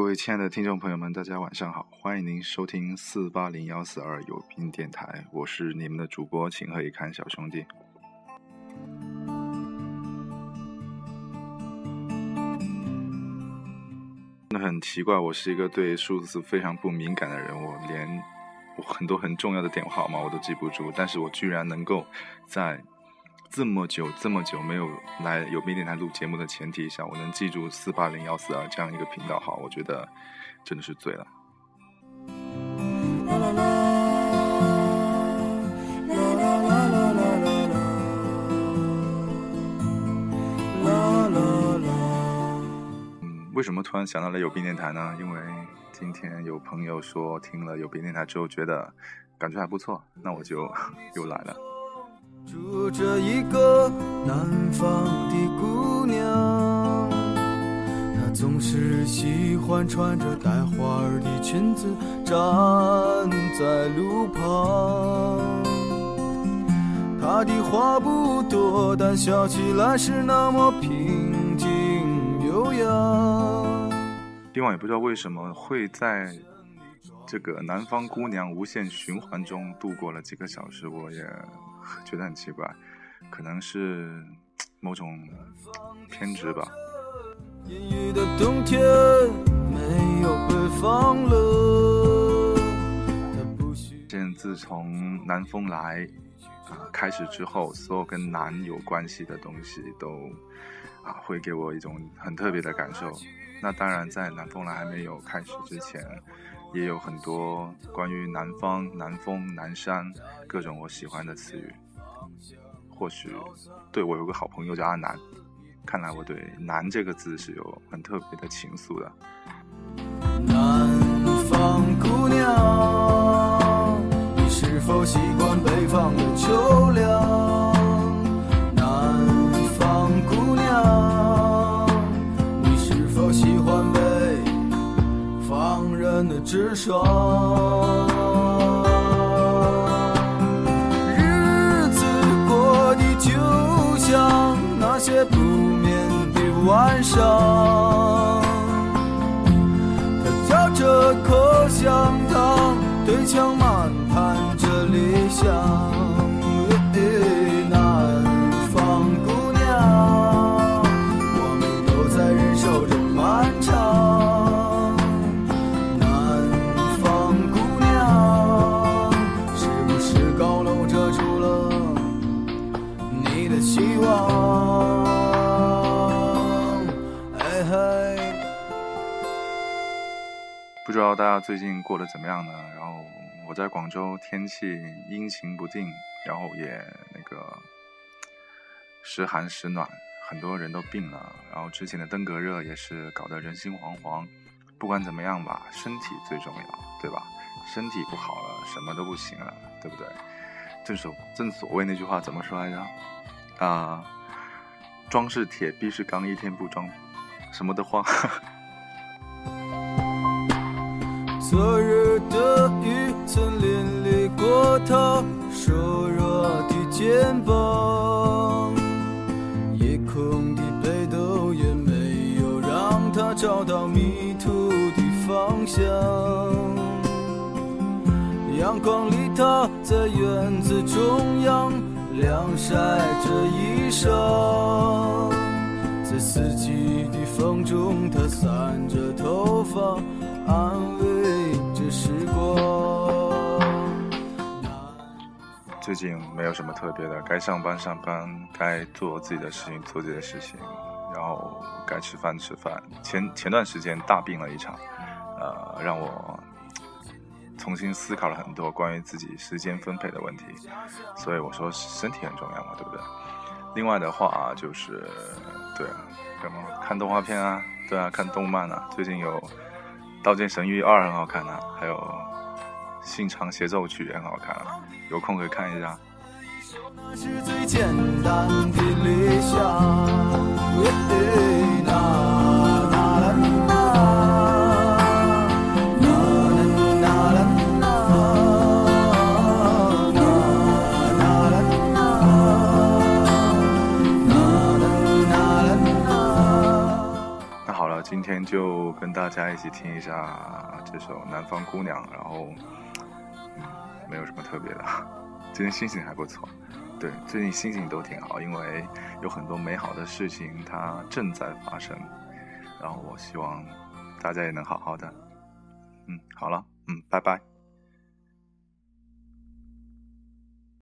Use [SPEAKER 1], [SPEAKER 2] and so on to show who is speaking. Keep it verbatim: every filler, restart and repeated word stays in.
[SPEAKER 1] 各位亲爱的听众朋友们，大家晚上好，欢迎您收听四八零幺四二有病电台，我是你们的主播情何以堪小兄弟。真的很奇怪，我是一个对数字非常不敏感的人，我连我很多很重要的电话号码我都记不住，但是我居然能够在这么久这么久没有来有病电台录节目的前提下，我能记住四八零幺四二这样一个频道号，我觉得真的是醉了。嗯，为什么突然想到了有病电台呢？因为今天有朋友说听了有病电台之后觉得感觉还不错，那我就又来了。
[SPEAKER 2] 住着一个南方的姑娘，她总是喜欢穿着带花儿的裙子站在路旁，她的话不多，但笑起来是那么平静悠扬。
[SPEAKER 1] 另外也不知道为什么会在这个南方姑娘无限循环中度过了几个小时，我也觉得很奇怪，可能是某种偏执吧。
[SPEAKER 2] 阴雨的冬天没有北方了。
[SPEAKER 1] 现自从南风来、呃、开始之后，所有跟南有关系的东西都、啊、会给我一种很特别的感受。那当然在南风来还没有开始之前，也有很多关于南方、南风、南山各种我喜欢的词语。或许对我有个好朋友叫阿南，看来我对南这个字是有很特别的情愫的。
[SPEAKER 2] 南方姑娘，你是否习惯北方的秋凉？南方姑娘，你是否喜欢北方人的直爽？就像那些不眠的晚上，他嚼着口香糖，对墙漫谈着理想。南方姑娘，我们都在忍受着漫长。南方姑娘，是不是高楼遮住了你的希望？哎嘿，
[SPEAKER 1] 不知道大家最近过得怎么样呢？然后我在广州天气阴晴不定，然后也那个时寒时暖，很多人都病了，然后之前的登革热也是搞得人心惶惶。不管怎么样吧，身体最重要，对吧？身体不好了，什么都不行了，对不对？正所正所谓那句话怎么说来着？啊、呃，装是铁，逼是钢，一天不装，什么都慌。
[SPEAKER 2] 昨日的雨曾淋漓过他瘦弱的肩膀，夜空的北斗也没有让他找到迷途的方向。阳光里他在院子中央晾晒着衣裳，在四季的风中他散着头发安慰着时光。
[SPEAKER 1] 最近没有什么特别的，该上班上班，该做自己的事情做自己的事情，然后该吃饭吃饭。前前段时间大病了一场，呃，让我重新思考了很多关于自己时间分配的问题，所以我说身体很重要嘛，对不对？另外的话、啊、就是对啊，什么看动画片啊，对啊，看动漫啊，最近有《刀剑神域二》很好看啊，还有《信长协奏曲》也很好看啊，有空可以看一下。
[SPEAKER 2] 那是最简单的理想。
[SPEAKER 1] 天就跟大家一起听一下这首《南方姑娘》，然后嗯，没有什么特别的，今天心情还不错。对，最近心情都挺好，因为有很多美好的事情它正在发生，然后我希望大家也能好好的。嗯，好了，嗯，拜拜。